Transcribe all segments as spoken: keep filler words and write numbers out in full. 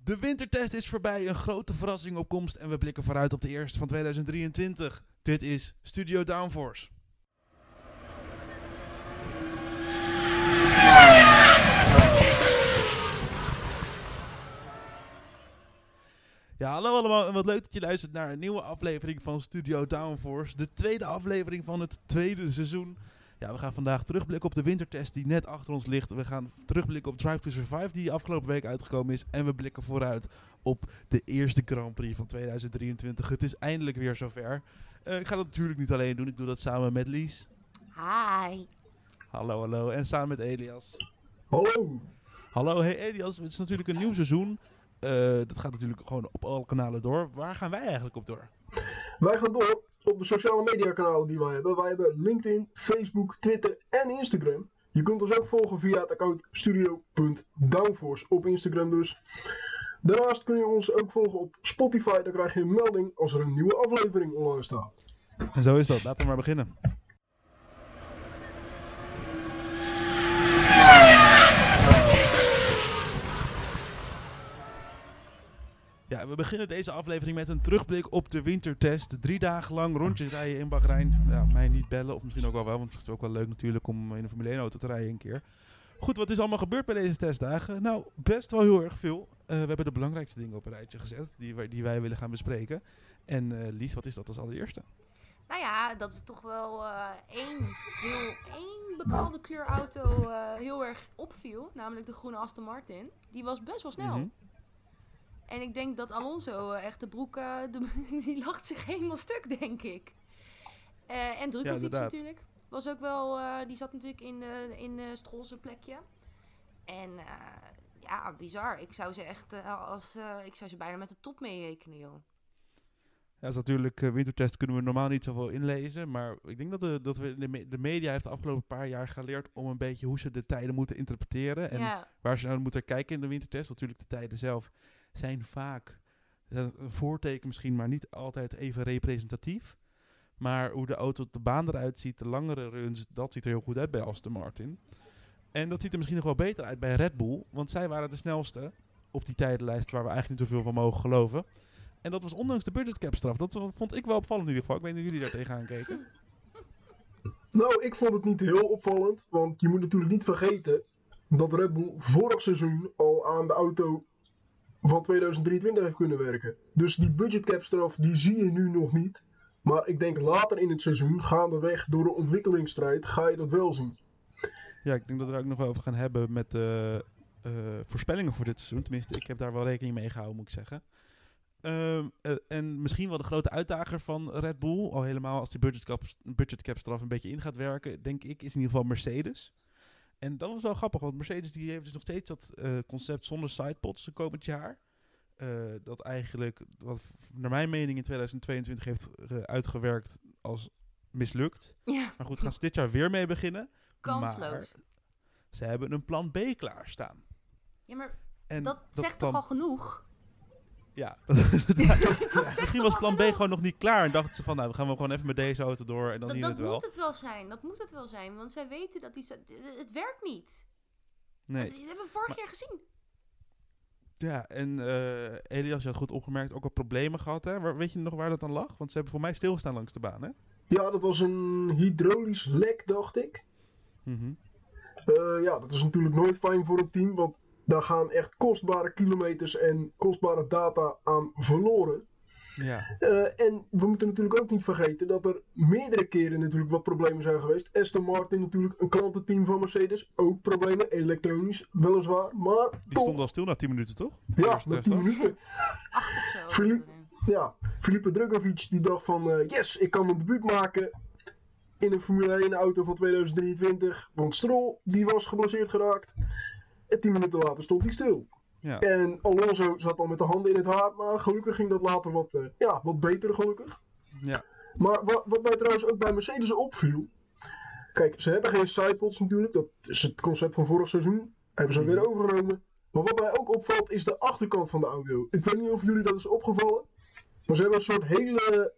De wintertest is voorbij, een grote verrassing op komst en we blikken vooruit op de eerste van tweeduizend drieëntwintig. Dit is Studio Downforce. Ja, hallo allemaal en wat leuk dat je luistert naar een nieuwe aflevering van Studio Downforce. De tweede aflevering van het tweede seizoen. Ja, we gaan vandaag terugblikken op de wintertest die net achter ons ligt. We gaan terugblikken op Drive to Survive die afgelopen week uitgekomen is. En we blikken vooruit op de eerste Grand Prix van tweeduizend drieëntwintig. Het is eindelijk weer zover. Uh, ik ga dat natuurlijk niet alleen doen, ik doe dat samen met Lies. Hi. Hallo, hallo. En samen met Elias. Hallo. Hallo, hey Elias. Het is natuurlijk een nieuw seizoen. Uh, dat gaat natuurlijk gewoon op alle kanalen door. Waar gaan wij eigenlijk op door? Wij gaan door op de sociale media kanalen die wij hebben. Wij hebben LinkedIn, Facebook, Twitter en Instagram. Je kunt ons ook volgen via het account studio punt downforce op Instagram dus. Daarnaast kun je ons ook volgen op Spotify. Dan krijg je een melding als er een nieuwe aflevering online staat. En zo is dat. Laten we maar beginnen. Ja, we beginnen deze aflevering met een terugblik op de wintertest. Drie dagen lang rondjes rijden in Bahrein. Ja, mij niet bellen, of misschien ook wel wel, want het is ook wel leuk natuurlijk om in een Formule één auto te rijden een keer. Goed, wat is allemaal gebeurd bij deze testdagen? Nou, best wel heel erg veel. Uh, we hebben de belangrijkste dingen op een rijtje gezet, die wij, die wij willen gaan bespreken. En uh, Lies, wat is dat als allereerste? Nou ja, dat is toch wel uh, één, heel, één bepaalde kleurauto uh, heel erg opviel. Namelijk de groene Aston Martin. Die was best wel snel. Mm-hmm. En ik denk dat Alonso uh, echt de broek, uh, de, die lacht zich helemaal stuk, denk ik. Uh, en Drukovic ja, natuurlijk. Was ook wel, uh, die zat natuurlijk in, uh, in uh, Strolse plekje. En uh, ja, bizar. Ik zou ze echt, uh, als, uh, ik zou ze bijna met de top meerekenen, joh. Ja, dat is natuurlijk, uh, wintertest kunnen we normaal niet zoveel inlezen. Maar ik denk dat, de, dat we de, me- de media heeft de afgelopen paar jaar geleerd om een beetje hoe ze de tijden moeten interpreteren. En ja. waar ze naar moeten kijken in de wintertest. Natuurlijk de tijden zelf zijn vaak zijn een voorteken misschien, maar niet altijd even representatief. Maar hoe de auto op de baan eruit ziet, de langere runs, dat ziet er heel goed uit bij Aston Martin. En dat ziet er misschien nog wel beter uit bij Red Bull, want zij waren de snelste op die tijdenlijst waar we eigenlijk niet zoveel van mogen geloven. En dat was ondanks de budgetcap-straf. Dat vond ik wel opvallend in ieder geval. Ik weet niet of jullie daar tegenaan keken. Nou, ik vond het niet heel opvallend, want je moet natuurlijk niet vergeten dat Red Bull vorig seizoen al aan de auto van tweeduizend drieëntwintig heeft kunnen werken. Dus die budgetcap-straf, die zie je nu nog niet. Maar ik denk later in het seizoen, gaandeweg door de ontwikkelingsstrijd, ga je dat wel zien. Ja, ik denk dat we er ook nog over gaan hebben met de uh, uh, voorspellingen voor dit seizoen. Tenminste, ik heb daar wel rekening mee gehouden, moet ik zeggen. Uh, uh, en misschien wel de grote uitdager van Red Bull, al helemaal als die budgetcap, budgetcap-straf een beetje in gaat werken, denk ik, is in ieder geval Mercedes. En dat was wel grappig, want Mercedes die heeft dus nog steeds dat uh, concept zonder sidepods de komend jaar. Uh, dat eigenlijk, wat naar mijn mening in tweeduizend tweeëntwintig heeft uh, uitgewerkt als mislukt. Ja. Maar goed, gaan ze dit jaar weer mee beginnen. Kansloos. Maar ze hebben een plan B klaarstaan. Ja, maar en dat, dat zegt plan... toch al genoeg? Ja, dat misschien was plan B genoeg. gewoon nog niet klaar. En dachten ze van, nou, we gaan we gewoon even met deze auto door en dan dat, zien we het wel. Dat moet het wel zijn, dat moet het wel zijn. Want zij weten dat die, het werkt niet. Nee. Dat, dat hebben we vorig maar, jaar gezien. Ja, en uh, Elias, je had goed opgemerkt, ook al problemen gehad, hè? Waar, weet je nog waar dat dan lag? Want ze hebben voor mij stilgestaan langs de baan, hè? Ja, dat was een hydraulisch lek, dacht ik. Mm-hmm. Uh, ja, dat is natuurlijk nooit fijn voor een team, want daar gaan echt kostbare kilometers en kostbare data aan verloren. Ja. Uh, en we moeten natuurlijk ook niet vergeten dat er meerdere keren natuurlijk wat problemen zijn geweest. Aston Martin natuurlijk, een klantenteam van Mercedes, ook problemen, elektronisch weliswaar, maar Die toch... stond al stil na tien minuten, toch? Ja, na tien minuten. Acht of zo. Filip, ja, Filipe Drukovic die dacht van, uh, yes, ik kan mijn debuut maken in een Formule één auto van tweeduizend drieëntwintig. Want Stroll, die was geblesseerd geraakt. En tien minuten later stond hij stil. Ja. En Alonso zat al met de handen in het haar, maar gelukkig ging dat later wat, uh, ja, wat beter gelukkig. Ja. Maar wat, wat mij trouwens ook bij Mercedes opviel, kijk, ze hebben geen sidepods natuurlijk, dat is het concept van vorig seizoen, hebben ze mm. weer overgenomen. Maar wat mij ook opvalt is de achterkant van de auto. Ik weet niet of jullie dat is opgevallen, maar ze hebben een soort hele,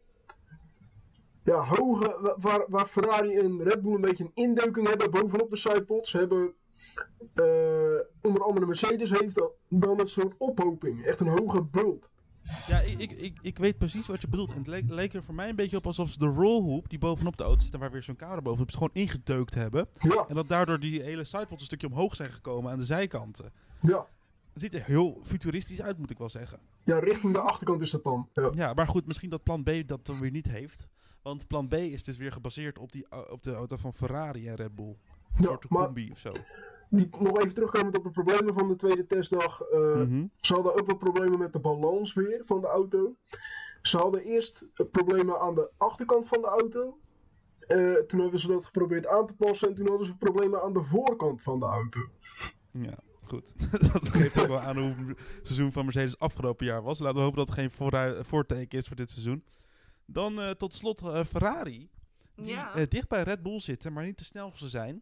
ja, hoge, waar, waar Ferrari en Red Bull een beetje een indeuking hebben bovenop de sidepods. Ze hebben uh, onder andere Mercedes heeft dan een soort ophoping. Echt een hoge bult. Ja, ik, ik, ik, ik weet precies wat je bedoelt. En het leek, leek er voor mij een beetje op alsof ze de rollhoop die bovenop de auto zit en waar weer zo'n camera bovenop is, gewoon ingedeukt hebben. Ja. En dat daardoor die hele sidepods een stukje omhoog zijn gekomen aan de zijkanten. Ja. Het ziet er heel futuristisch uit, moet ik wel zeggen. Ja, richting de achterkant is dat dan. Ja, ja maar goed, misschien dat plan B dat dan weer niet heeft. Want plan B is dus weer gebaseerd op, die, op de auto van Ferrari en Red Bull. Een ja, soort maar combi of zo. Die, nog even terugkomend op de problemen van de tweede testdag. Uh, mm-hmm. Ze hadden ook wat problemen met de balans weer van de auto. Ze hadden eerst problemen aan de achterkant van de auto. Uh, toen hebben ze dat geprobeerd aan te passen. En toen hadden ze problemen aan de voorkant van de auto. Ja. Goed, dat geeft ook wel aan hoe het seizoen van Mercedes afgelopen jaar was. Laten we hopen dat het geen vooru- voorteken is voor dit seizoen. Dan uh, tot slot uh, Ferrari. Die ja. uh, dicht bij Red Bull zitten, maar niet te snel voor ze zijn.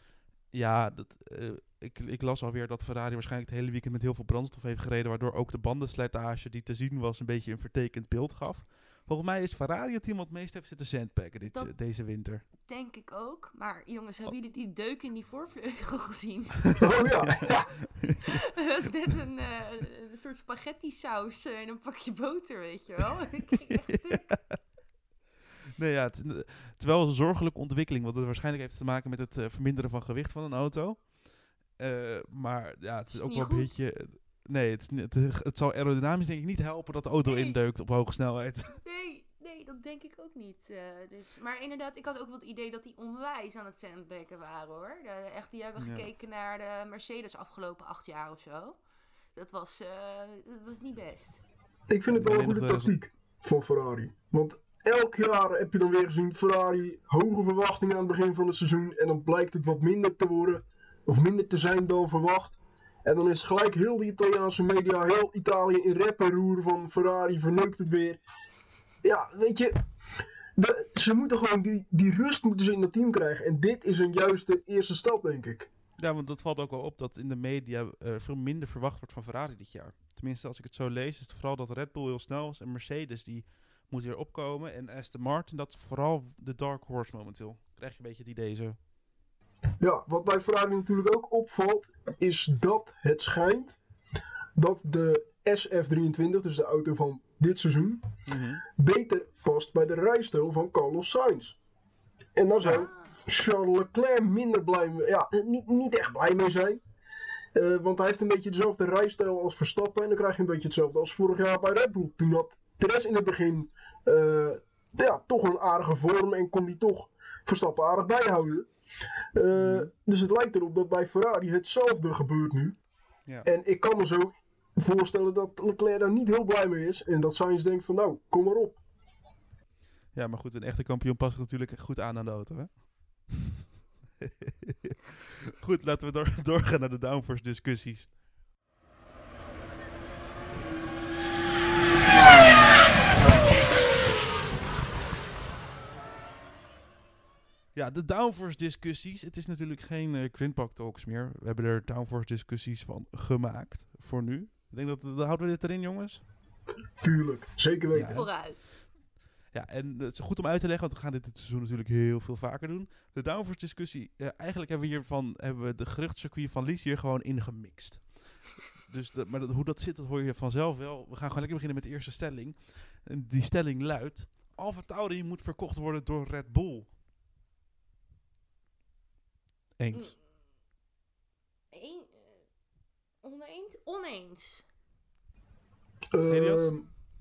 Ja, dat, uh, ik, ik las alweer dat Ferrari waarschijnlijk het hele weekend met heel veel brandstof heeft gereden. Waardoor ook de bandenslijtage die te zien was een beetje een vertekend beeld gaf. Volgens mij is Ferrari het team wat het meest heeft zitten sandpacken dit, uh, deze winter. Denk ik ook. Maar jongens, hebben oh. jullie die deuk in die voorvleugel gezien? Oh ja. Dat was net een, uh, een soort spaghetti saus uh, in een pakje boter, weet je wel. Ik ging echt stuk. Nee, ja, het, het is wel een zorgelijke ontwikkeling, want het waarschijnlijk heeft te maken met het uh, verminderen van gewicht van een auto. Uh, maar ja, het is, is ook wel een goed. beetje... Nee, het, het, het zal aerodynamisch denk ik niet helpen dat de auto nee. indeukt op hoge snelheid. Nee, nee, dat denk ik ook niet. Uh, dus, maar inderdaad, ik had ook wel het idee dat die onwijs aan het sandbacken waren, hoor. De, echt, die hebben ja. gekeken naar de Mercedes afgelopen acht jaar of zo. Dat was, uh, dat was niet best. Ik vind het wel een goede tactiek van Ferrari. Want elk jaar heb je dan weer gezien, Ferrari, hoge verwachtingen aan het begin van het seizoen. En dan blijkt het wat minder te worden, of minder te zijn dan verwacht. En dan is gelijk heel de Italiaanse media, heel Italië in rep en roer van Ferrari verneukt het weer. Ja, weet je, de, ze moeten gewoon die, die rust moeten ze in dat team krijgen. En dit is een juiste eerste stap, denk ik. Ja, want dat valt ook wel op dat in de media uh, veel minder verwacht wordt van Ferrari dit jaar. Tenminste, als ik het zo lees, is het vooral dat Red Bull heel snel is en Mercedes die moet weer opkomen. En Aston Martin, dat is vooral de dark horse momenteel. Krijg je een beetje het idee zo. Ja, wat bij Ferrari natuurlijk ook opvalt, is dat het schijnt dat de S F drieëntwintig, dus de auto van dit seizoen, mm-hmm. beter past bij de rijstijl van Carlos Sainz. En daar zou Charles Leclerc minder blij mee, ja, niet, niet echt blij mee zijn. Uh, want hij heeft een beetje dezelfde rijstijl als Verstappen en dan krijg je een beetje hetzelfde als vorig jaar bij Red Bull. Toen had Perez in het begin uh, ja, toch een aardige vorm en kon hij toch Verstappen aardig bijhouden. Uh, dus het lijkt erop dat bij Ferrari hetzelfde gebeurt nu. Ja. En ik kan me zo voorstellen dat Leclerc daar niet heel blij mee is. En dat Sainz denkt van nou, kom maar op. Ja, maar goed, een echte kampioen past natuurlijk goed aan aan de auto, hè? Goed, laten we door, doorgaan naar de downforce discussies. Ja, de downforce discussies. Het is natuurlijk geen uh, Grindpak Talks meer. We hebben er downforce discussies van gemaakt. Voor nu. Ik denk dat, dat houden we dit erin, jongens. Tuurlijk, zeker weten. Ja, vooruit. Ja, en het is goed om uit te leggen, want we gaan dit dit seizoen natuurlijk heel veel vaker doen. De downforce discussie, uh, eigenlijk hebben we hiervan hebben we de geruchtcircuit van Lies hier gewoon ingemixt. Dus de, maar dat, hoe dat zit, dat hoor je vanzelf wel. We gaan gewoon lekker beginnen met de eerste stelling. En die stelling luidt: AlphaTauri moet verkocht worden door Red Bull. Eens. Een, uh, oneens? Oneens. Uh,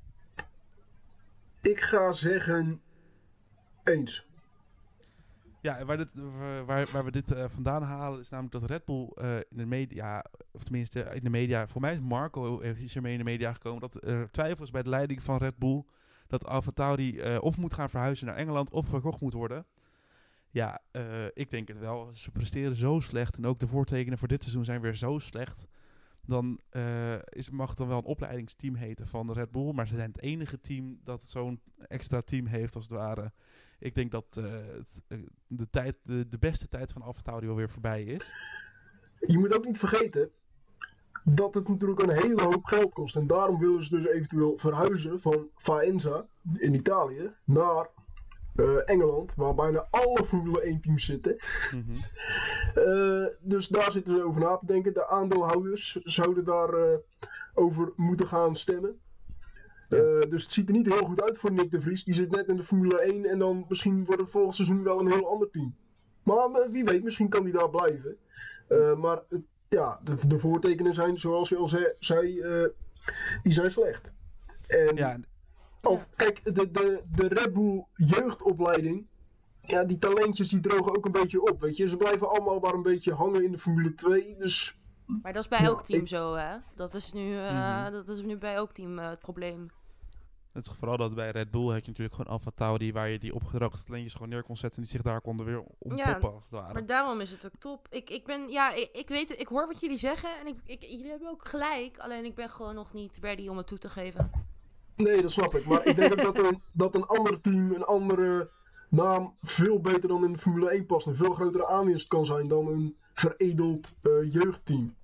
ik ga zeggen eens. Ja, en waar, dit, waar, waar we dit uh, vandaan halen is namelijk dat Red Bull uh, in de media, of tenminste in de media, voor mij is Marco is ermee in de media gekomen, dat er twijfel is bij de leiding van Red Bull dat AlphaTauri uh, of moet gaan verhuizen naar Engeland of verkocht moet worden. Ja, uh, ik denk het wel. Ze presteren zo slecht en ook de voortekenen voor dit seizoen zijn weer zo slecht. Dan uh, is, mag het dan wel een opleidingsteam heten van Red Bull, maar ze zijn het enige team dat zo'n extra team heeft als het ware. Ik denk dat uh, het, uh, de, tijd, de, de beste tijd van AlphaTauri wel weer voorbij is. Je moet ook niet vergeten dat het natuurlijk een hele hoop geld kost. En daarom willen ze dus eventueel verhuizen van Faenza in Italië naar uh, Engeland, waar bijna alle Formule één teams zitten. Mm-hmm. uh, dus daar zitten ze over na te denken. De aandeelhouders zouden daar uh, over moeten gaan stemmen. Ja. Uh, dus het ziet er niet heel goed uit voor Nick de Vries. Die zit net in de Formule één en dan misschien wordt het volgend seizoen wel een heel ander team. Maar uh, wie weet, misschien kan hij daar blijven. Uh, maar uh, ja, de, de voortekenen zijn, zoals je al zei, zei uh, die zijn slecht. En, ja. Of, kijk, de, de, de Red Bull jeugdopleiding, ja, die talentjes die drogen ook een beetje op, weet je. Ze blijven allemaal maar een beetje hangen in de Formule twee, dus... Maar dat is bij ja, elk team ik... zo, hè? Dat is nu, uh, mm-hmm. dat is nu bij elk team uh, het probleem. Het is vooral dat bij Red Bull heb je natuurlijk gewoon Alfa Tauri, waar je die opgedroogde talentjes gewoon neer kon zetten en die zich daar konden weer ontpoppen, ja, als het ware. Maar daarom is het ook top. Ik, ik ben, ja, ik, ik weet, ik hoor wat jullie zeggen en ik, ik, jullie hebben ook gelijk, alleen ik ben gewoon nog niet ready om het toe te geven. Nee, dat snap ik. Maar ik denk ook dat een, dat een ander team, een andere naam, veel beter dan in de Formule één past. Een veel grotere aanwinst kan zijn dan een veredeld uh, jeugdteam.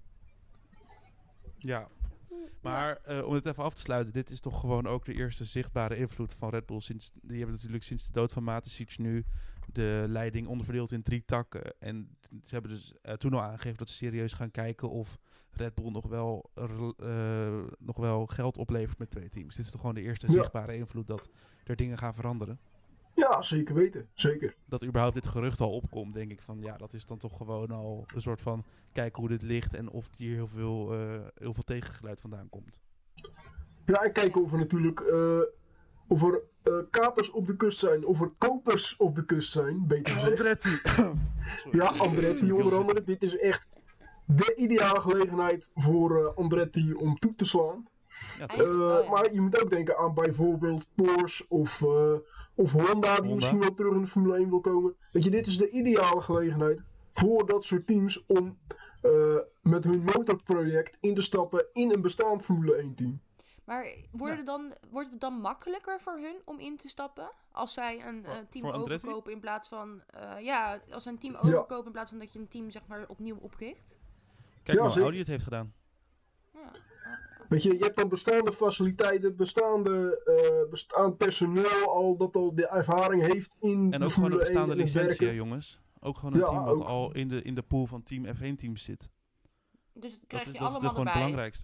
Ja, maar uh, om het even af te sluiten. Dit is toch gewoon ook de eerste zichtbare invloed van Red Bull. Sinds, die hebben natuurlijk sinds de dood van Mateschitz nu de leiding onderverdeeld in drie takken. En ze hebben dus uh, toen al aangegeven dat ze serieus gaan kijken of Red Bull nog wel, uh, nog wel geld oplevert met twee teams. Dit is toch gewoon de eerste ja. zichtbare invloed dat er dingen gaan veranderen. Ja, zeker weten. Zeker. Dat überhaupt dit gerucht al opkomt, denk ik van ja, dat is dan toch gewoon al een soort van kijken hoe dit ligt en of hier heel veel, uh, heel veel tegengeluid vandaan komt. Ja, en kijken of er natuurlijk uh, of er uh, kapers op de kust zijn, of er kopers op de kust zijn, beter gezegd. Andretti. Ja, Andretti onder andere. Dit is echt de ideale gelegenheid voor uh, Andretti om toe te slaan. Ja, uh, oh, ja. Maar je moet ook denken aan bijvoorbeeld Porsche of, uh, of Honda, die Honda. misschien wel terug in de Formule één wil komen. Weet je, dit is de ideale gelegenheid voor dat soort teams om uh, met hun motorproject in te stappen in een bestaand Formule één team. Maar worden ja. dan, wordt het dan makkelijker voor hun om in te stappen? Als zij een uh, team overkopen in plaats van... Uh, ja, als zij een team overkopen ja. in plaats van dat je een team zeg maar opnieuw opricht? Kijk ja, nou hoe Audi het heeft gedaan. Ja. Weet je, je hebt dan bestaande faciliteiten, bestaande, uh, bestaand personeel al dat al de ervaring heeft in en ook gewoon een bestaande licentie, jongens. Ook gewoon een ja, team wat ook. al in de, in de pool van team F één teams zit. Dus dat krijg dat je is, allemaal dat is gewoon erbij. het belangrijkste.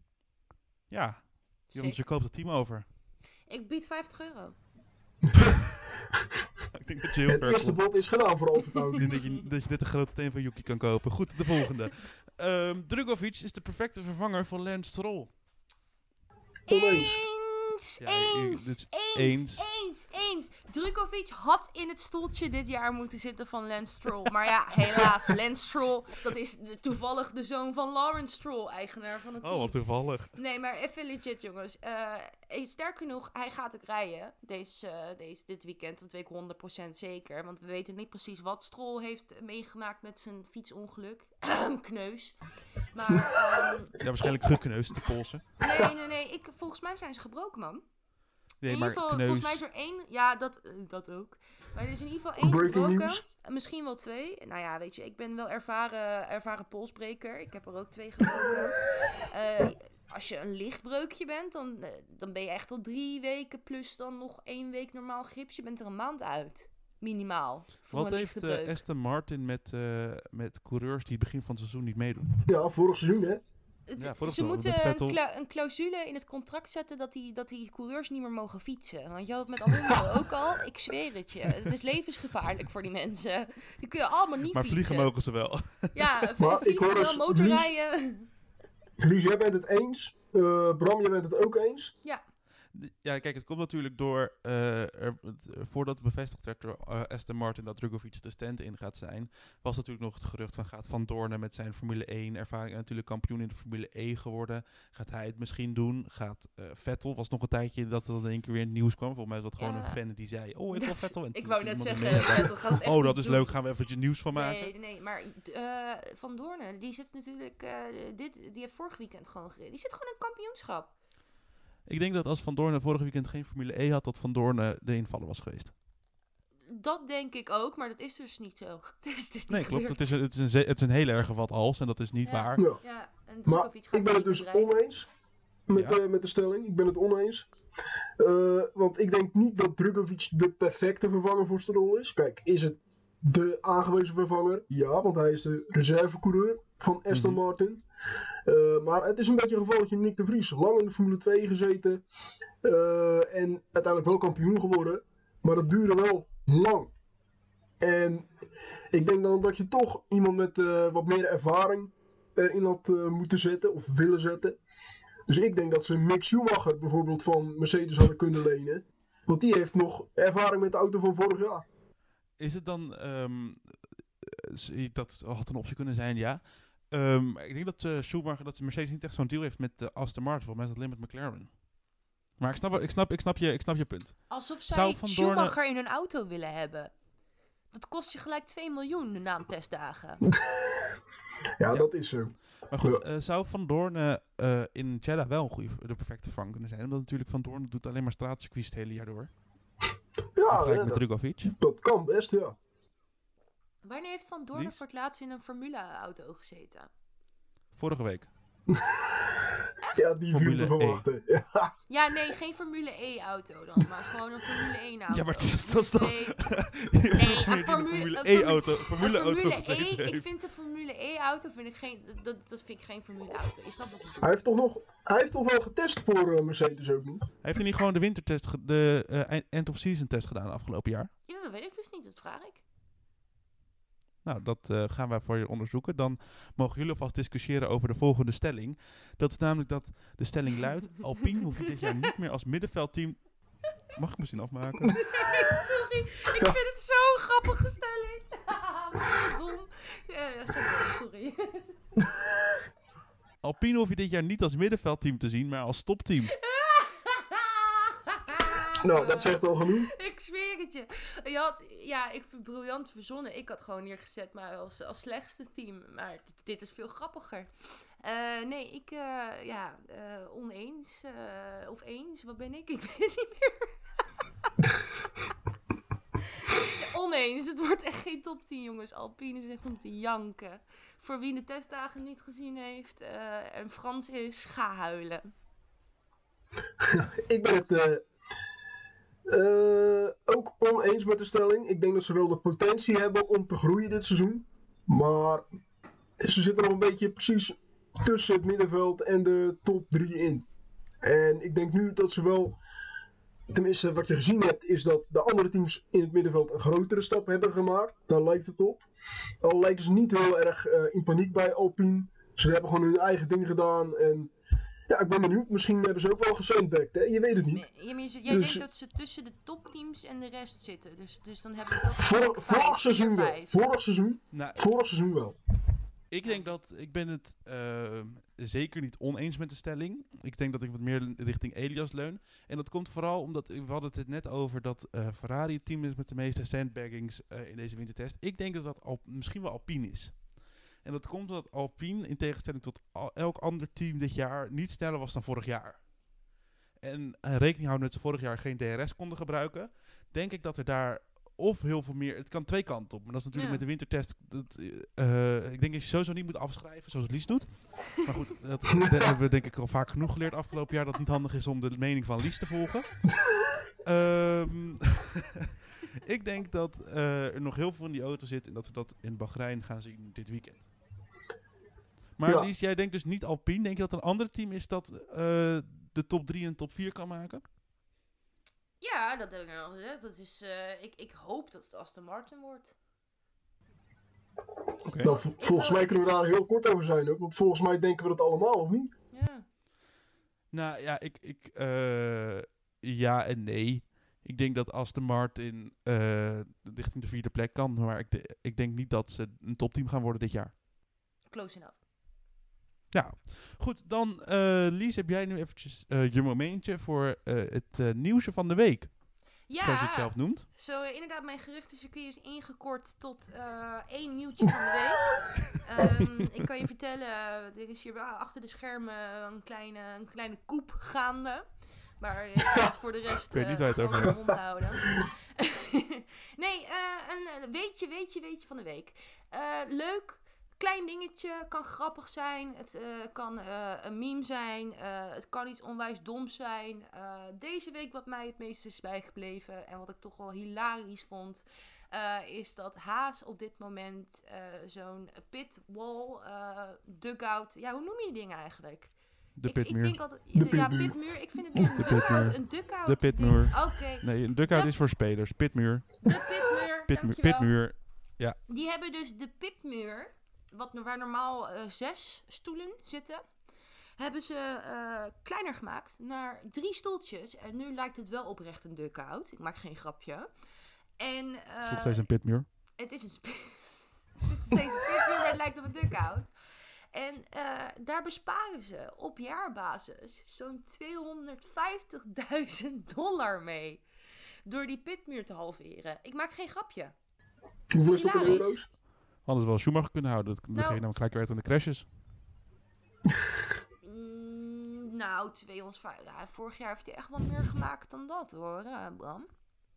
Ja, jongens, je koopt het team over. Ik bied vijftig euro. Ik denk dat je heel het ver eerste bod is gedaan voor Alfa Ik denk dat je, dat je dit een grote teen van Yuki kan kopen. Goed, de volgende. Um, Drugovic is de perfecte vervanger van Lance Stroll. Eens, ja, eens, eens, eens, eens, eens. Drugovic had in het stoeltje dit jaar moeten zitten van Lance Stroll. Maar ja, helaas, Lance Stroll, dat is de, toevallig de zoon van Lawrence Stroll, eigenaar van het team. Oh, wat toevallig. Nee, maar even legit, jongens. Uh, sterker genoeg, hij gaat ook rijden deze, uh, deze, dit weekend. Dat weet ik honderd procent zeker. Want we weten niet precies wat Stroll heeft meegemaakt met zijn fietsongeluk. Kneus. Maar, um, ja, waarschijnlijk gekneusd, de polsen. Nee, nee, nee. Ik, volgens mij zijn ze gebroken, man. Nee, in maar ieder geval, kneus... volgens mij is er één... Ja, dat, uh, dat ook. Maar er is in ieder geval één Breaking gebroken. News. Misschien wel twee. Nou ja, weet je, ik ben wel ervaren, ervaren polsbreker. Ik heb er ook twee gebroken. uh, als je een lichtbreukje bent, dan, uh, dan ben je echt al drie weken plus dan nog één week normaal gips. Je bent er een maand uit. Minimaal. Wat heeft uh, Aston Martin met, uh, met coureurs die het begin van het seizoen niet meedoen? Ja, vorig seizoen hè? Het, ja, ze moeten een, cla- een clausule in het contract zetten dat die, dat die coureurs niet meer mogen fietsen. Want je had het met Alonso ook al. Ik zweer het je. Het is levensgevaarlijk voor die mensen. Die kunnen allemaal niet maar fietsen. Maar vliegen mogen ze wel. Ja, v- vliegen wel, dus, motorrijden. Lies, jij bent het eens. Uh, Bram, jij bent het ook eens. Ja. Ja, kijk, het komt natuurlijk door, uh, er, het, voordat het bevestigd werd door uh, Aston Martin dat Drugovic de stand in gaat zijn, was natuurlijk nog het gerucht van gaat Van Doornen met zijn Formule één ervaring en natuurlijk kampioen in de Formule E geworden. Gaat hij het misschien doen? Gaat uh, Vettel, was nog een tijdje dat het in één keer weer in het nieuws kwam. Volgens mij was dat gewoon ja. een fan die zei, oh, ik wil Vettel. En ik wou net zeggen, Vettel gaat het echt oh, dat is doen. leuk, gaan we eventjes nieuws van maken. Nee, nee, maar uh, Van Doornen, die zit natuurlijk, uh, dit, die heeft vorig weekend gewoon gereden. Die zit gewoon in het kampioenschap. Ik denk dat als Van Doornen vorig weekend geen Formule E had, dat Van Doornen de invaller was geweest. Dat denk ik ook, maar dat is dus niet zo. Het is, het is niet nee, klopt. Het is, een, het, is een, het is een heel erg wat als en dat is niet ja. waar. Ja. Ja, en maar ik ben het dus oneens. met, Ja. uh, met de stelling. Ik ben het oneens. Uh, want ik denk niet dat Drugovich de perfecte vervanger voor Stroll is. Kijk, is het de aangewezen vervanger? Ja, want hij is de reservecoureur van Aston mm-hmm. Martin. Uh, maar het is een beetje een gevalletje Nick de Vries. Lang in de Formule twee gezeten. Uh, en uiteindelijk wel kampioen geworden. Maar dat duurde wel lang. En ik denk dan dat je toch iemand met uh, wat meer ervaring erin had uh, moeten zetten. Of willen zetten. Dus ik denk dat ze Mick Schumacher bijvoorbeeld van Mercedes hadden kunnen lenen. Want die heeft nog ervaring met de auto van vorig jaar. Is het dan... Um, dat had een optie kunnen zijn, ja. Um, ik denk dat uh, Schumacher, dat Mercedes niet echt zo'n deal heeft met uh, Aston Martin. Volgens mij is het alleen met McLaren. Maar ik snap, ik snap, ik snap, je, ik snap je punt. Alsof zij Schumacher Doorne... in hun auto willen hebben. Dat kost je gelijk twee miljoen na een testdagen. ja, ja, dat is zo. Maar goed, uh, zou Van Doorne uh, in Jeddah wel een goede, de perfecte vang kunnen zijn? Omdat natuurlijk Van Doorne doet alleen maar straatcircuits het hele jaar door. Ja, ja met dat, Drugovich. dat kan best, ja. Wanneer heeft Van Doorne Lies? voor het laatst in een Formule-auto gezeten? Vorige week. Ja, die viel te verwachten. Ja. ja, nee, geen Formule E-auto dan, maar gewoon een Formule één-auto. Ja, maar dat is toch... Nee, nee een Formule E-auto. Formule Formule E, ik vind de Formule E-auto vind ik geen, dat, dat vind ik geen Formule-auto. Je snapt wat ik bedoel. Hij heeft toch nog, hij heeft toch wel getest voor uh, Mercedes ook niet? Heeft hij niet gewoon de wintertest, ge- de uh, end-of-season test gedaan afgelopen jaar? Ja, dat weet ik dus niet, dat vraag ik. Nou, dat uh, gaan wij voor je onderzoeken. Dan mogen jullie alvast discussiëren over de volgende stelling. Dat is namelijk dat de stelling luidt... Alpine hoeft dit jaar niet meer als middenveldteam... Mag ik misschien afmaken? Nee, sorry. Ik vind het zo'n grappige stelling. Zo dom. Uh, sorry. Alpine hoef je dit jaar niet als middenveldteam te zien, maar als topteam. Nou, dat zegt al genoeg. Ik zweer het je. je had, ja, ik vind het briljant verzonnen. Ik had gewoon neergezet maar als, als slechtste team. Maar dit, dit is veel grappiger. Uh, nee, ik, uh, ja, uh, oneens. Uh, of eens, wat ben ik? Ik weet het niet meer. Oneens, het wordt echt geen top tien, jongens. Alpine is echt om te janken. Voor wie de testdagen niet gezien heeft uh, en Frans is, ga huilen. Ik ben het... Uh... Uh, ook oneens met de stelling. Ik denk dat ze wel de potentie hebben om te groeien dit seizoen. Maar ze zitten nog een beetje precies tussen het middenveld en de top drie in. En ik denk nu dat ze wel... Tenminste, wat je gezien hebt, is dat de andere teams in het middenveld een grotere stap hebben gemaakt. Daar lijkt het op. Al lijken ze niet heel erg uh, in paniek bij Alpine. Ze hebben gewoon hun eigen ding gedaan en... Ja, ik ben benieuwd. Misschien hebben ze ook wel gesandbagged, hè? Je weet het niet. Nee, maar je, jij dus, denkt dat ze tussen de topteams en de rest zitten. Dus, dus dan hebben we het ook voor, vijf, vorig seizoen wel. Vorig seizoen, nou, vorig seizoen wel. Ik denk dat... Ik ben het uh, zeker niet oneens met de stelling. Ik denk dat ik wat meer richting Elias leun. En dat komt vooral omdat... We hadden het net over dat uh, Ferrari het team is met de meeste sandbaggings uh, in deze wintertest. Ik denk dat dat al, misschien wel Alpine is. En dat komt omdat Alpine, in tegenstelling tot al, elk ander team dit jaar, niet sneller was dan vorig jaar. En uh, rekening houden dat ze vorig jaar geen D R S konden gebruiken. Denk ik dat er daar of heel veel meer... Het kan twee kanten op. Maar dat is natuurlijk ja. met de wintertest... Dat, uh, ik denk dat je sowieso niet moet afschrijven zoals Lies doet. Maar goed, dat, dat hebben we denk ik al vaak genoeg geleerd afgelopen jaar. Dat het niet handig is om de mening van Lies te volgen. um, ik denk dat uh, er nog heel veel in die auto zit. En dat we dat in Bahrein gaan zien dit weekend. Maar ja. Lies, jij denkt dus niet Alpine. Denk je dat een ander team is dat uh, de top drie en top vier kan maken? Ja, dat heb ik al gezegd. Dat is, uh, ik, ik hoop dat het Aston Martin wordt. Okay. Nou, v- volgens mij kunnen we daar heel kort over zijn ook. Want volgens mij denken we dat allemaal, of niet? Ja. Nou ja, ik... ik uh, ja en nee. Ik denk dat Aston Martin uh, richting de vierde plek kan. Maar ik, de, ik denk niet dat ze een topteam gaan worden dit jaar. Close enough. Ja, goed. Dan, uh, Lies, heb jij nu eventjes uh, je momentje voor uh, het uh, nieuwsje van de week. Ja, zoals je het zelf noemt. Zo uh, inderdaad, mijn geruchtencircuit is ingekort tot uh, één nieuwtje van de week. um, ik kan je vertellen, uh, er is hier achter de schermen een kleine, een kleine koep gaande. Maar ik zal het voor de rest uh, niet het over de mond houden. nee, uh, een weetje, weetje, weetje van de week. Uh, leuk klein dingetje, kan grappig zijn. Het uh, kan uh, een meme zijn. Uh, het kan iets onwijs doms zijn. Uh, deze week wat mij het meest is bijgebleven en wat ik toch wel hilarisch vond... Uh, is dat Haas op dit moment uh, zo'n pitwall, uh, dugout... Ja, hoe noem je die dingen eigenlijk? De ik, pitmuur. Ik denk altijd, de ja, pitmuur. pitmuur. Ik vind het meer een dugout. Een dugout. De pitmuur. Oké. Okay. Nee, een dugout de, is voor spelers. Pitmuur. De pitmuur, pitmuur. dankjewel. Pitmuur, ja. Die hebben dus de pitmuur, wat, waar normaal uh, zes stoelen zitten... hebben ze uh, kleiner gemaakt naar drie stoeltjes. En nu lijkt het wel oprecht een dugout. Ik maak geen grapje. En, uh, het is nog steeds een pitmuur. Het is een sp- het is nog steeds een pitmuur, maar het lijkt op een dugout. En uh, daar besparen ze op jaarbasis zo'n tweehonderdvijftigduizend dollar mee. Door die pitmuur te halveren. Ik maak geen grapje. Hoeveel is dat in euro's? Hadden ze wel Schumacher kunnen houden. Dat nou, ging namelijk gelijk weer uit aan de crashes. mm, nou, tweehonderdvijftig. Ja, vorig jaar heeft hij echt wat meer gemaakt dan dat hoor, uh, Bram.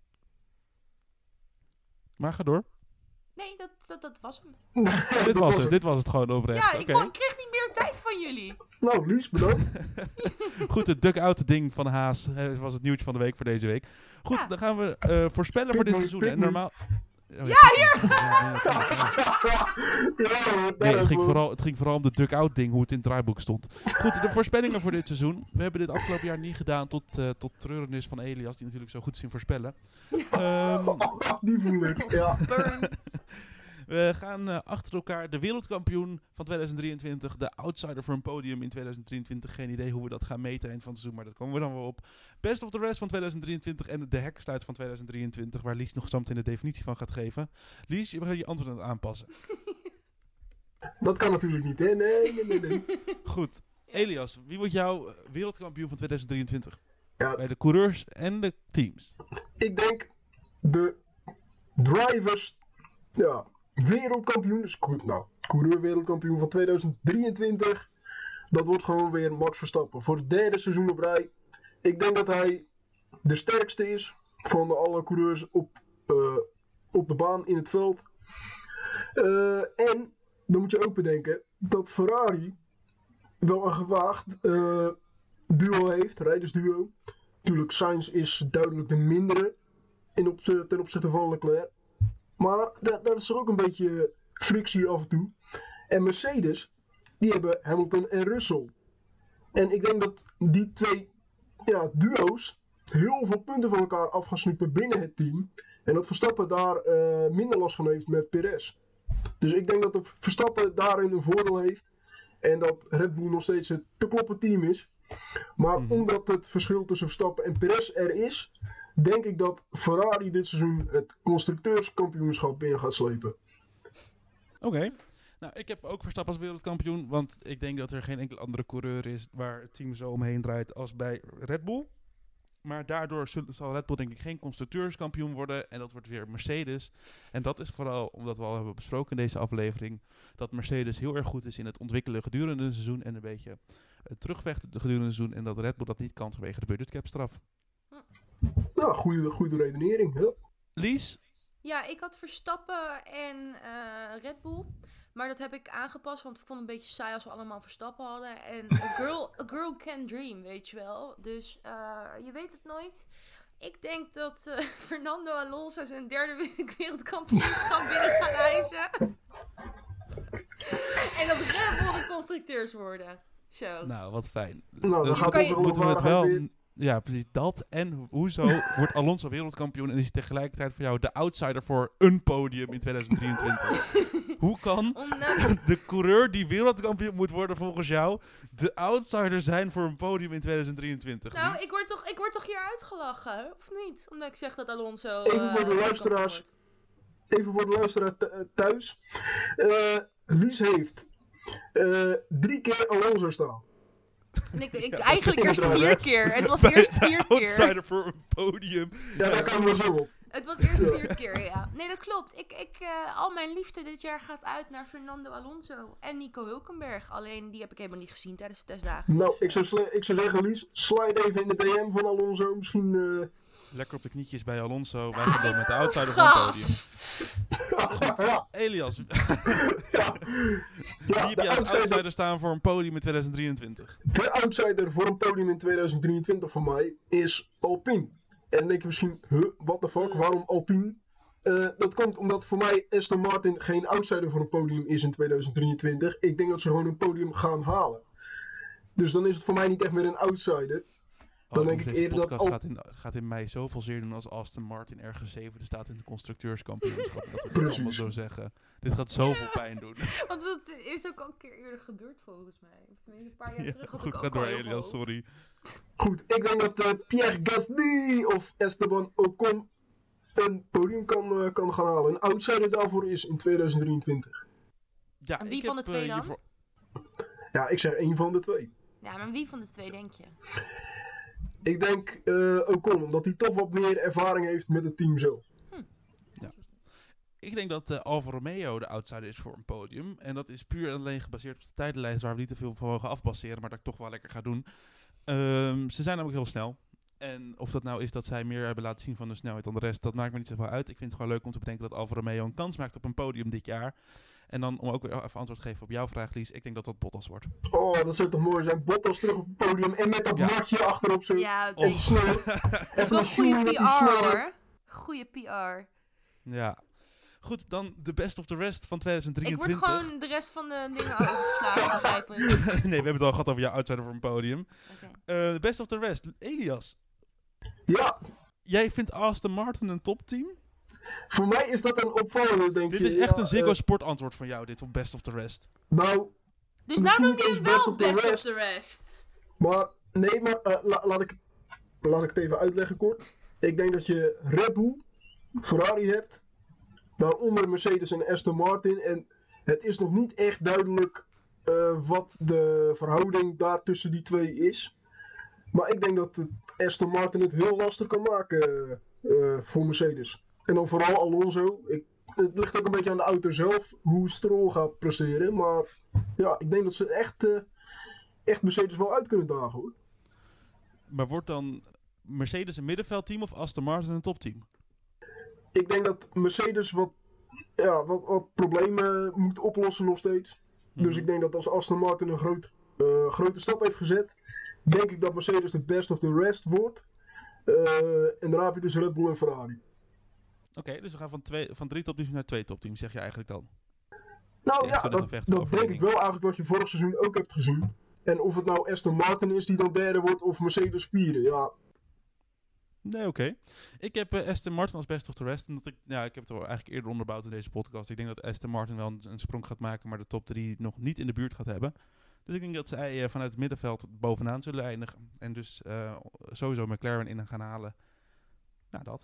Maar ga door. Nee, dat, dat, dat was hem. Ja, dit was het. Dit was het gewoon oprecht. Ja, ik, okay. ik kreeg niet meer tijd van jullie. Nou, Lies, bedankt. Goed, het duck-out ding van Haas uh, was het nieuwtje van de week voor deze week. Goed, ja. Dan gaan we uh, voorspellen voor dit seizoen. En normaal... Oh, ja, ja, hier! Nee, het ging, vooral, het ging vooral om de duck-out ding, hoe het in het draaiboek stond. Goed, de voorspellingen voor dit seizoen. We hebben dit afgelopen jaar niet gedaan tot, uh, tot treurnis van Elias, die natuurlijk zo goed is in voorspellen. Um, die voel ik, ja. We gaan uh, achter elkaar de wereldkampioen van tweeduizend drieëntwintig, de outsider voor een podium in tweeduizend drieëntwintig. Geen idee hoe we dat gaan meten eind van het seizoen, maar dat komen we dan wel op. Best of the rest van tweeduizend drieëntwintig en de hekkensluit van tweeduizend drieëntwintig, waar Lies nog zo meteen de definitie van gaat geven. Lies, je gaat je antwoord aan het aanpassen. Dat kan natuurlijk niet, hè? Nee, nee, nee, nee. Goed. Elias, wie wordt jouw wereldkampioen van tweeduizend drieëntwintig? Ja. Bij de coureurs en de teams. Ik denk de drivers, ja, wereldkampioen, dus, nou, coureur wereldkampioen van tweeduizend drieëntwintig. Dat wordt gewoon weer Max Verstappen. Voor het derde seizoen op rij. Ik denk dat hij de sterkste is van alle coureurs op, uh, op de baan in het veld. Uh, en dan moet je ook bedenken dat Ferrari wel een gewaagd uh, duo heeft, rijdersduo. Natuurlijk, Sainz is duidelijk de mindere in op, ten opzichte van Leclerc. Maar daar, daar is er ook een beetje frictie af en toe. En Mercedes, die hebben Hamilton en Russell. En ik denk dat die twee ja, duo's heel veel punten van elkaar af gaan snoepen binnen het team. En dat Verstappen daar uh, minder last van heeft met Perez. Dus ik denk dat de Verstappen daarin een voordeel heeft. En dat Red Bull nog steeds het te kloppen team is. Maar mm-hmm. omdat het verschil tussen Verstappen en Perez er is, denk ik dat Ferrari dit seizoen het constructeurskampioenschap binnen gaat slepen. Oké. Okay. Nou, ik heb ook Verstappen als wereldkampioen, want ik denk dat er geen enkele andere coureur is waar het team zo omheen draait als bij Red Bull. Maar daardoor zal Red Bull denk ik geen constructeurskampioen worden en dat wordt weer Mercedes. En dat is vooral omdat we al hebben besproken in deze aflevering, dat Mercedes heel erg goed is in het ontwikkelen gedurende het seizoen en een beetje het terugvechten gedurende het seizoen en dat Red Bull dat niet kan vanwege de budgetcapstraf. Nou, goede, goede redenering. Ja. Lies? Ja, ik had Verstappen en uh, Red Bull. Maar dat heb ik aangepast, want ik vond het een beetje saai als we allemaal Verstappen hadden. En a girl, a girl can dream, weet je wel. Dus uh, je weet het nooit. Ik denk dat uh, Fernando Alonso zijn derde wereldkampioenschap binnen gaat reizen. En dat Red Bull de constructeurs worden. Zo. Nou, wat fijn. Nou, dan gaat je, moeten we het wel... Weer... Ja, precies dat. En hoezo wordt Alonso wereldkampioen en is hij tegelijkertijd voor jou de outsider voor een podium in tweeduizend drieëntwintig? Hoe kan de coureur die wereldkampioen moet worden volgens jou de outsider zijn voor een podium in tweeduizend drieëntwintig? Nou, ik word, toch, ik word toch hier uitgelachen, of niet? Omdat ik zeg dat Alonso... Even uh, voor de luisteraars, even voor de luisteraar thuis. Uh, Lies heeft uh, drie keer Alonso staan. En ik, ik ja, eigenlijk eerst vier keer. Het was eerst vier keer. Outsider voor een podium. Ja, daar kan we zo op. Het was eerst vier keer, ja. Nee, dat klopt. Ik, ik, uh, al mijn liefde dit jaar gaat uit naar Fernando Alonso en Nico Hülkenberg. Alleen die heb ik helemaal niet gezien tijdens de testdagen. Nou, ik zou, sli- ik zou zeggen, Lies, slide even in de D M van Alonso. Misschien... Uh... Lekker op de knietjes bij Alonso. Wij gaan dan met de outsider van het podium. Goed, ja. Elias. ja. Ja, Wie heb je als outsider staan voor een podium in tweeduizend drieëntwintig? De outsider voor een podium in tweeduizend drieëntwintig voor mij is Alpine. En dan denk je misschien, huh, what the fuck, waarom Alpine? Uh, dat komt omdat voor mij Aston Martin geen outsider voor een podium is in tweeduizend drieëntwintig. Ik denk dat ze gewoon een podium gaan halen. Dus dan is het voor mij niet echt meer een outsider. Dan oh, denk ik deze eerder podcast dat gaat, in, gaat in mei zoveel zeer doen als Aston Martin ergens zevende staat in de constructeurskampioenschap. Dat we het allemaal zo zeggen. Dit gaat zoveel ja. pijn doen. Want dat is ook al een keer eerder gebeurd volgens mij. Of tenminste een paar jaar ja, terug had goed, ik ook ga door al heel Elias, veel. sorry. Goed, ik denk dat uh, Pierre Gasly of Esteban Ocon een podium kan, uh, kan gaan halen. Een outsider daarvoor is in tweeduizend drieëntwintig. Ja, en wie van heb, de twee uh, dan? hiervoor... Ja, ik zeg één van de twee. Ja, maar wie van de twee denk je? Ik denk uh, Ocon, omdat hij toch wat meer ervaring heeft met het team zelf. Hm. Ja. Ik denk dat uh, Alfa Romeo de outsider is voor een podium. En dat is puur en alleen gebaseerd op de tijdenlijst waar we niet te veel van mogen afbaseren, maar dat ik toch wel lekker ga doen. Um, ze zijn namelijk heel snel. En of dat nou is dat zij meer hebben laten zien van de snelheid dan de rest, dat maakt me niet zoveel uit. Ik vind het gewoon leuk om te bedenken dat Alfa Romeo een kans maakt op een podium dit jaar. En dan om ook weer even antwoord te geven op jouw vraag, Lies. Ik denk dat dat Bottas wordt. Oh, dat zou toch mooi zijn. Bottas terug op het podium en met dat ja. matje achterop zo. Ja, dat is snel. Dat is wel goede P R hoor. Goede P R. Ja. Goed, dan de best of the rest van tweeduizend drieëntwintig. Ik word gewoon de rest van de dingen overgeslagen, begrijp ik. Nee, we hebben het al gehad over jouw outsider voor een podium. Okay. Uh, best of the rest. Elias. Ja. Jij vindt Aston Martin een topteam? Voor mij is dat een opvallende, denk dit je. Dit is echt ja, een Ziggo uh, Sport antwoord van jou, dit op best of the rest. Nou... Dus nou noem je hem wel best of best the of the rest. Maar, nee, maar uh, la, laat, ik, laat ik het even uitleggen kort. Ik denk dat je Red Bull, Ferrari hebt, daaronder Mercedes en Aston Martin. En het is nog niet echt duidelijk uh, wat de verhouding daar tussen die twee is. Maar ik denk dat het Aston Martin het heel lastig kan maken uh, voor Mercedes. En dan vooral Alonso. Ik, het ligt ook een beetje aan de auto zelf, hoe Stroll gaat presteren. Maar ja, ik denk dat ze echt, uh, echt Mercedes wel uit kunnen dagen, hoor. Maar wordt dan Mercedes een middenveldteam of Aston Martin een topteam? Ik denk dat Mercedes wat, ja, wat, wat problemen moet oplossen nog steeds. Mm-hmm. Dus ik denk dat als Aston Martin een groot, uh, grote stap heeft gezet, denk ik dat Mercedes de best of the rest wordt. Uh, en daarna heb je dus Red Bull en Ferrari. Oké, okay, dus we gaan van, twee, van drie topteams naar twee topteams, zeg je eigenlijk dan? Nou ja, ja dat, dat denk ik wel eigenlijk wat je vorig seizoen ook hebt gezien. En of het nou Aston Martin is die dan derde wordt of Mercedes vierde, ja. Nee, oké. Okay. Ik heb uh, Aston Martin als best of the rest. Omdat ik, ja, ik heb het wel eigenlijk eerder onderbouwd in deze podcast. Ik denk dat Aston Martin wel een, een sprong gaat maken, maar de top drie nog niet in de buurt gaat hebben. Dus ik denk dat zij uh, vanuit het middenveld bovenaan zullen eindigen. En dus uh, sowieso McLaren in gaan halen. Nou, dat.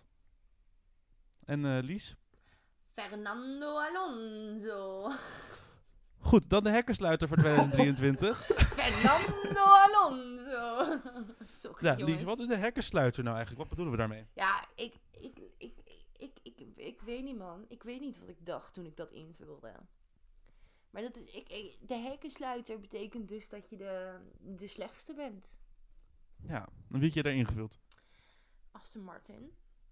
En uh, Lies? Fernando Alonso. Goed, dan de hekkersluiter voor tweeduizend drieëntwintig. Fernando Alonso. Sorry, ja, jongens. Lies, wat is de hekkersluiter nou eigenlijk? Wat bedoelen we daarmee? Ja, ik, ik, ik, ik, ik, ik, ik weet niet, man. Ik weet niet wat ik dacht toen ik dat invulde. Maar dat is, ik, ik, de hekkensluiter betekent dus dat je de, de slechtste bent. Ja, dan wie heb je daar ingevuld? Aston Martin.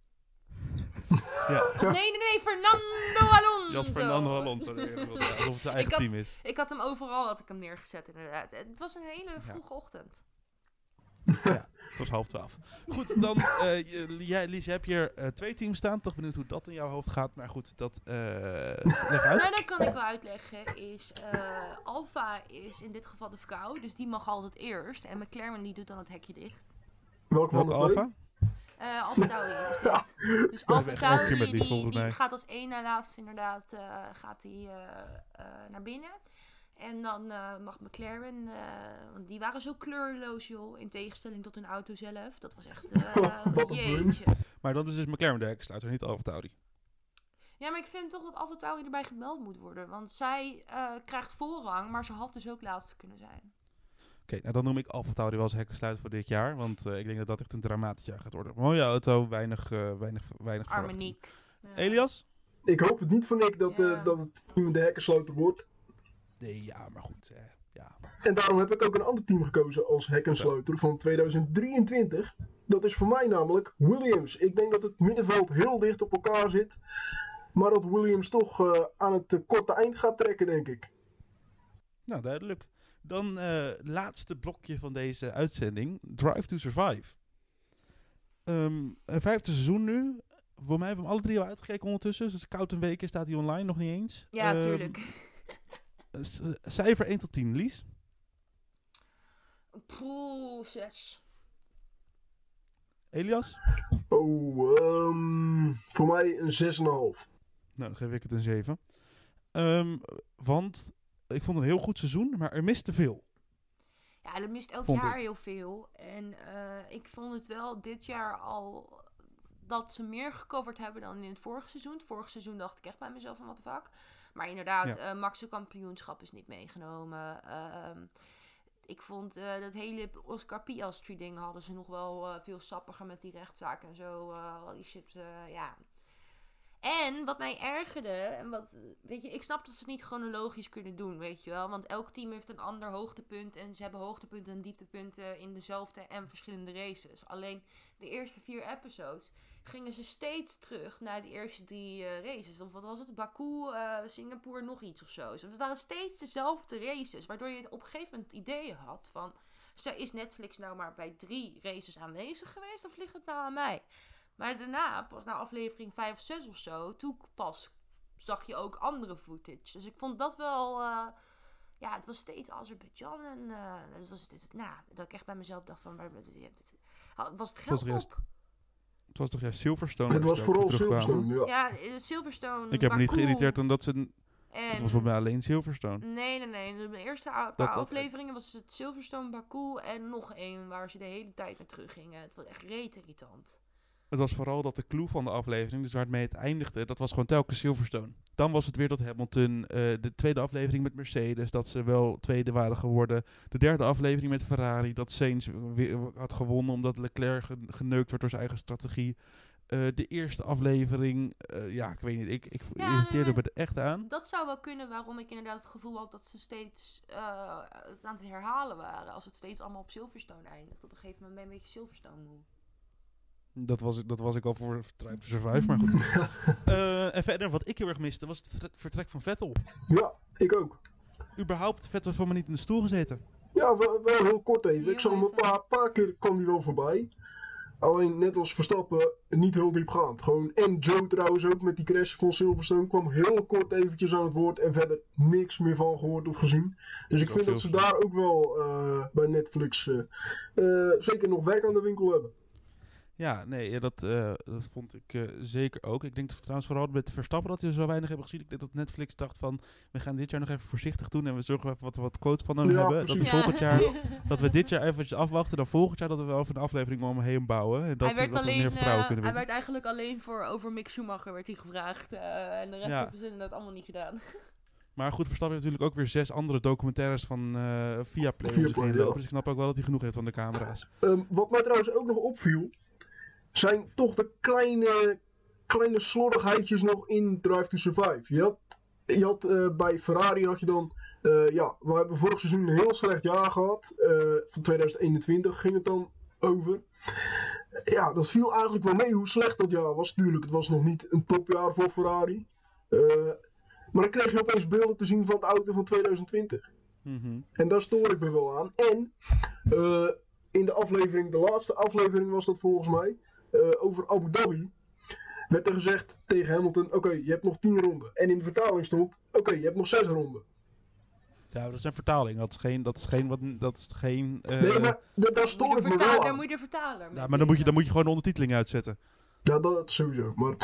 Ja. Of nee, nee, nee, Fernando Alonso. Je had Fernando Alonso, alsof het zijn eigen ik had, team is. Ik had hem overal had ik hem neergezet, inderdaad. Het was een hele vroege ja. ochtend. Ja, het was half twaalf. Goed, dan, uh, jij, Lies, heb je er uh, twee teams staan. Toch benieuwd hoe dat in jouw hoofd gaat. Maar goed, dat uh, leg uit. Nou, dat kan ik wel uitleggen. Is, uh, Alfa is in dit geval de vrouw, dus die mag altijd eerst. En McLaren die doet dan het hekje dicht. Welke, Welke Alfa? Uh, Alfa Tauri is dit. Dus Alfa Tauri die, die, die gaat als één na laatste inderdaad uh, gaat die, uh, uh, naar binnen. En dan uh, mag McLaren, uh, want die waren zo kleurloos joh, in tegenstelling tot hun auto zelf. Dat was echt, uh, jeetje. Maar dan is dus McLaren de hekkensluiter, niet Alfa Tauri. Ja, maar ik vind toch dat Alfa Tauri erbij gemeld moet worden. Want zij uh, krijgt voorrang, maar ze had dus ook laatste kunnen zijn. Oké, okay, nou dan noem ik Alfa Tauri wel als hekkensluiter voor dit jaar. Want uh, ik denk dat dat echt een dramatisch jaar gaat worden. Mooie auto, weinig, uh, weinig, weinig Armeniek. Ja. Elias? Ik hoop het niet voor Nick dat, ja. uh, dat het team de hekkensluiter wordt. Nee, ja, maar goed. Eh, ja. En daarom heb ik ook een ander team gekozen als hekkensluiter van tweeduizend drieëntwintig. Dat is voor mij namelijk Williams. Ik denk dat het middenveld heel dicht op elkaar zit. maar dat Williams toch uh, aan het uh, korte eind gaat trekken, denk ik. Nou, duidelijk. Dan uh, laatste blokje van deze uitzending. Drive to Survive. Um, een vijfde seizoen nu. Voor mij hebben we hem alle drie al uitgekeken ondertussen. Dus koud een week is, staat hij online, nog niet eens. Ja, um, tuurlijk. c- cijfer één tot tien, Lies? Poeh, zes. Elias? Oh, um, voor mij een zes komma vijf. Nou, dan geef ik het een zeven. Um, want ik vond het een heel goed seizoen, maar er miste veel. Ja, er mist elk vond jaar ik. heel veel. En uh, ik vond het wel dit jaar al dat ze meer gecoverd hebben dan in het vorige seizoen. Het vorige seizoen dacht ik echt bij mezelf van wat de fuck. Maar inderdaad, ja. uh, Maxi kampioenschap is niet meegenomen. Uh, ik vond uh, dat hele Oscar Piastri ding hadden ze nog wel uh, veel sappiger met die rechtszaken en zo. Uh, al die shit, uh, ja... En wat mij ergerde, en wat, weet je, ik snap dat ze het niet chronologisch kunnen doen, weet je wel. Want elk team heeft een ander hoogtepunt en ze hebben hoogtepunten en dieptepunten in dezelfde en verschillende races. Alleen de eerste vier episodes gingen ze steeds terug naar de eerste drie uh, races. Of wat was het? Baku, uh, Singapore, nog iets of zo. Dus het waren steeds dezelfde races, waardoor je op een gegeven moment het idee had van... Is Netflix nou maar bij drie races aanwezig geweest of ligt het nou aan mij? Maar daarna, pas na aflevering vijf of zes of zo, toen pas zag je ook andere footage. Dus ik vond dat wel, uh, ja, het was steeds Azerbeidzjan. En uh, dus was het, nou, dat ik echt bij mezelf dacht van, waar, was het geld het was op? Het was toch juist Silverstone? Het was vooral Silverstone, ja. Ja, Silverstone, Ik heb me niet Baku. geïrriteerd omdat ze... En het was voor mij alleen Silverstone. Nee, nee, nee. De eerste paar dat, afleveringen dat, was het Silverstone, Baku en nog één waar ze de hele tijd naar terug gingen. Het was echt reet irritant. Het was vooral dat de clue van de aflevering, dus waarmee het eindigde, dat was gewoon telkens Silverstone. Dan was het weer dat Hamilton, uh, de tweede aflevering met Mercedes, dat ze wel tweede waren geworden. De derde aflevering met Ferrari, dat Sainz weer had gewonnen omdat Leclerc geneukt werd door zijn eigen strategie. Uh, de eerste aflevering, uh, ja, ik weet niet, ik, ik ja, irriteerde nee, me er echt aan. Dat zou wel kunnen waarom ik inderdaad het gevoel had dat ze steeds uh, aan het herhalen waren. Als het steeds allemaal op Silverstone eindigt. Op een gegeven moment ben je een beetje Silverstone moe. Dat was, dat was ik al voor Drive to Survive, maar goed. uh, en verder, wat ik heel erg miste, was het vertrek van Vettel. Ja, ik ook. Überhaupt, Vettel heeft van me niet in de stoel gezeten. Ja, wel, wel heel kort even. Ik zag hem een paar, paar keer, kwam hij wel voorbij. Alleen net als Verstappen, niet heel diepgaand. Gewoon, en Joe trouwens ook met die crash van Silverstone kwam heel kort eventjes aan het woord en verder niks meer van gehoord of gezien. Dus ik vind dat ze daar ook wel uh, bij Netflix uh, uh, zeker nog werk aan de winkel hebben. Ja, nee, dat, uh, dat vond ik uh, zeker ook. Ik denk dat trouwens vooral met Verstappen dat we zo weinig hebben gezien. Ik denk dat Netflix dacht van, we gaan dit jaar nog even voorzichtig doen en we zorgen even wat, wat quotes van hem ja, hebben. Precies. Dat we volgend jaar, dat we dit jaar eventjes afwachten, dan volgend jaar dat we wel even een aflevering omheen bouwen. En dat, hij werd dat alleen, we meer vertrouwen uh, kunnen hij winnen. werd eigenlijk alleen voor over Mick Schumacher werd hij gevraagd uh, en de rest ja. hebben ze dat allemaal niet gedaan. Maar goed, Verstappen heeft natuurlijk ook weer zes andere documentaires van uh, Viaplay om zich heen lopen. Dus ik snap ook wel dat hij genoeg heeft van de camera's. Um, wat mij trouwens ook nog opviel, zijn toch de kleine, kleine slordigheidjes nog in Drive to Survive. Je had, je had uh, bij Ferrari had je dan, uh, ja, we hebben vorig seizoen een heel slecht jaar gehad. Uh, van tweeduizend eenentwintig ging het dan over. Ja, dat viel eigenlijk wel mee hoe slecht dat jaar was. Tuurlijk, het was nog niet een topjaar voor Ferrari. Uh, maar dan kreeg je opeens beelden te zien van de auto van tweeduizend twintig. Mm-hmm. En daar stoor ik me wel aan. En uh, in de aflevering, de laatste aflevering was dat volgens mij, Uh, over Abu Dhabi, werd er gezegd tegen Hamilton, oké, okay, je hebt nog tien ronden. En in de vertaling stond, oké, okay, je hebt nog zes ronden. Ja, dat is een vertaling. Dat is geen, dat is geen, wat, dat is geen... Uh... Nee, maar d- daar stond ik me wel aan. Daar moet je de vertaler Ja, maar dan moet je, dan moet je gewoon de ondertiteling uitzetten. Ja, dat sowieso, maar...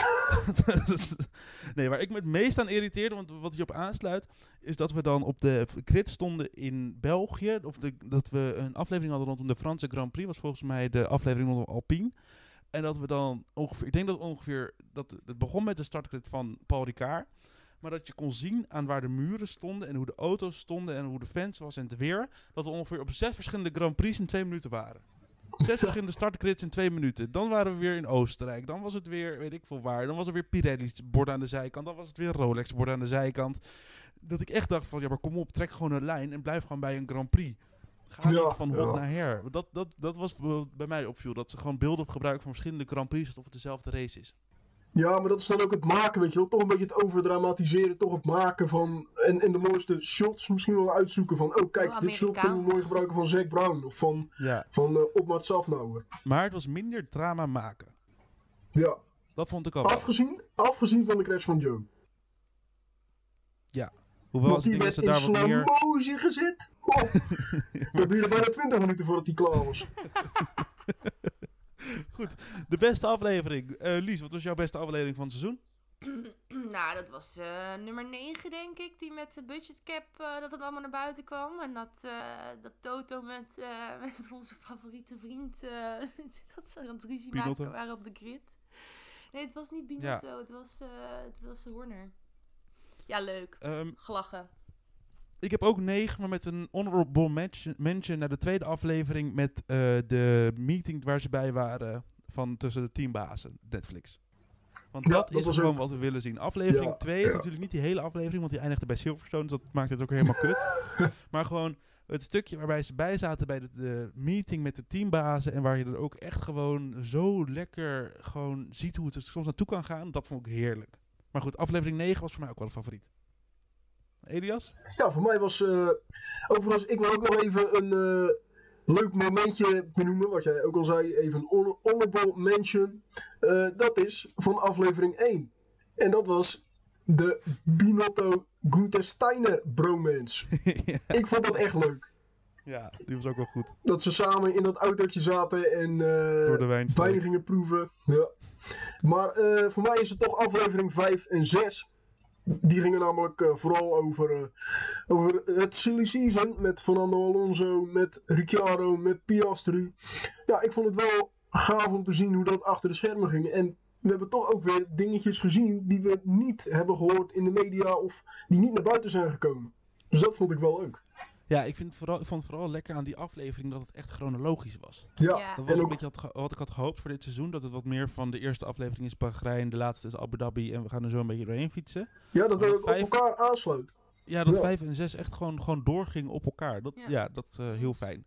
nee, waar ik me het meest aan irriteerde, want wat hierop aansluit, is dat we dan op de grid stonden in België, of de, dat we een aflevering hadden rondom de Franse Grand Prix, was volgens mij de aflevering rondom Alpine. En dat we dan ongeveer, ik denk dat ongeveer, dat het begon met de startgrid van Paul Ricard, maar dat je kon zien aan waar de muren stonden en hoe de auto's stonden en hoe de fans was en het weer, dat we ongeveer op zes verschillende Grand Prix in twee minuten waren. Zes verschillende startgrids in twee minuten. Dan waren we weer in Oostenrijk. Dan was het weer, weet ik veel waar. Dan was er weer Pirelli's bord aan de zijkant. Dan was het weer Rolex bord aan de zijkant. Dat ik echt dacht van, ja maar kom op, trek gewoon een lijn en blijf gewoon bij een Grand Prix. Ga ja, niet van hot ja. naar her. Dat, dat, dat was bij mij opviel. Dat ze gewoon beelden gebruiken van verschillende Grand Prix of het dezelfde race is. Ja, maar dat is dan ook het maken, weet je wel. Toch een beetje het overdramatiseren, toch het maken van... En, en de mooiste shots misschien wel uitzoeken van... Oh, kijk, Oh, dit shot kunnen we mooi gebruiken van Zac Brown. Of van, ja. van uh, Otmar Szafnauer. Maar het was minder drama maken. Ja. Dat vond ik al afgezien, afgezien van de crash van Joe. Ja. Hoewel als ik denk dat ze daar wat meer... motie gezet. Oh. Dat duurde bijna twintig minuten voordat hij klaar was. Goed, de beste aflevering. Uh, Lies, wat was jouw beste aflevering van het seizoen? Nou, dat was uh, nummer negen, denk ik. Die met de budgetcap, uh, dat het allemaal naar buiten kwam. En dat, uh, dat Toto met, uh, met onze favoriete vriend... Uh, dat ze aan het ruzie maken waren op de grid. Nee, het was niet Binotto. Ja. Het was, uh, het was Horner. Ja, leuk. Um, Gelachen. Ik heb ook negen, maar met een honorable mention, mention naar de tweede aflevering met uh, de meeting waar ze bij waren van tussen de teambazen, Netflix. Want ja, dat, dat is gewoon ook... wat we willen zien. Aflevering twee ja, is ja. natuurlijk niet die hele aflevering, want die eindigde bij Silverstone, dus dat maakt het ook helemaal kut. Maar gewoon het stukje waarbij ze bij zaten bij de, de meeting met de teambazen en waar je er ook echt gewoon zo lekker gewoon ziet hoe het er soms naartoe kan gaan, dat vond ik heerlijk. Maar goed, aflevering negen was voor mij ook wel een favoriet. Elias? Ja, voor mij was... Uh, overigens, ik wil ook nog even een uh, leuk momentje benoemen. Wat jij ook al zei, even een honorable mention. Uh, dat is van aflevering één. En dat was de Binotto-Gunther Steiner bromance. Ja. Ik vond dat echt leuk. Ja, die was ook wel goed. Dat ze samen in dat autootje zaten en uh, wijn gingen proeven. Ja. Maar uh, voor mij is het toch aflevering vijf en zes. Die gingen namelijk uh, vooral over, uh, over het silly season met Fernando Alonso, met Ricciardo, met Piastri. Ja, ik vond het wel gaaf om te zien hoe dat achter de schermen ging. En we hebben toch ook weer dingetjes gezien die we niet hebben gehoord in de media of die niet naar buiten zijn gekomen. Dus dat vond ik wel leuk. Ja, ik, vind vooral, ik vond het vooral lekker aan die aflevering dat het echt chronologisch was. Ja. ja. Dat was en een ook... beetje wat ik had gehoopt voor dit seizoen. Dat het wat meer van de eerste aflevering is Bahrein, de laatste is Abu Dhabi en we gaan er zo een beetje doorheen fietsen. Ja, dat het vijf... op elkaar aansluit. Ja, dat ja. vijf en zes echt gewoon, gewoon doorging op elkaar. Dat, ja. ja, dat is uh, heel fijn.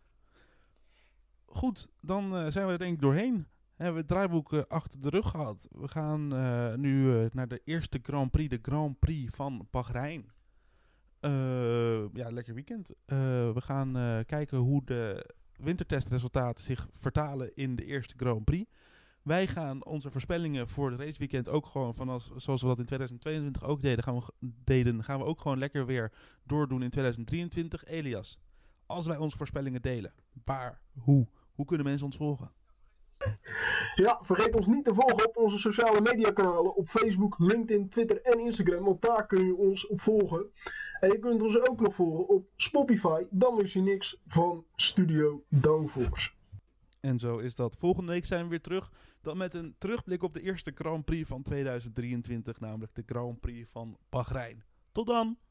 Goed, dan uh, zijn we er denk ik doorheen. We hebben het draaiboek uh, achter de rug gehad. We gaan uh, nu uh, naar de eerste Grand Prix, de Grand Prix van Bahrein. Uh, ja, lekker weekend. Uh, we gaan uh, kijken hoe de wintertestresultaten zich vertalen in de eerste Grand Prix. Wij gaan onze voorspellingen voor het raceweekend ook gewoon, van als, zoals we dat in tweeduizend tweeëntwintig ook deden gaan, we, deden, gaan we ook gewoon lekker weer doordoen in tweeduizend drieëntwintig. Elias, als wij onze voorspellingen delen, waar, hoe, hoe kunnen mensen ons volgen? Ja, vergeet ons niet te volgen op onze sociale mediakanalen op Facebook, LinkedIn, Twitter en Instagram, want daar kun je ons op volgen. En je kunt ons ook nog volgen op Spotify, dan mis je niks van Studio Downforce. En zo is dat. Volgende week zijn we weer terug, dan met een terugblik op de eerste Grand Prix van tweeduizend drieëntwintig, namelijk de Grand Prix van Bahrein. Tot dan!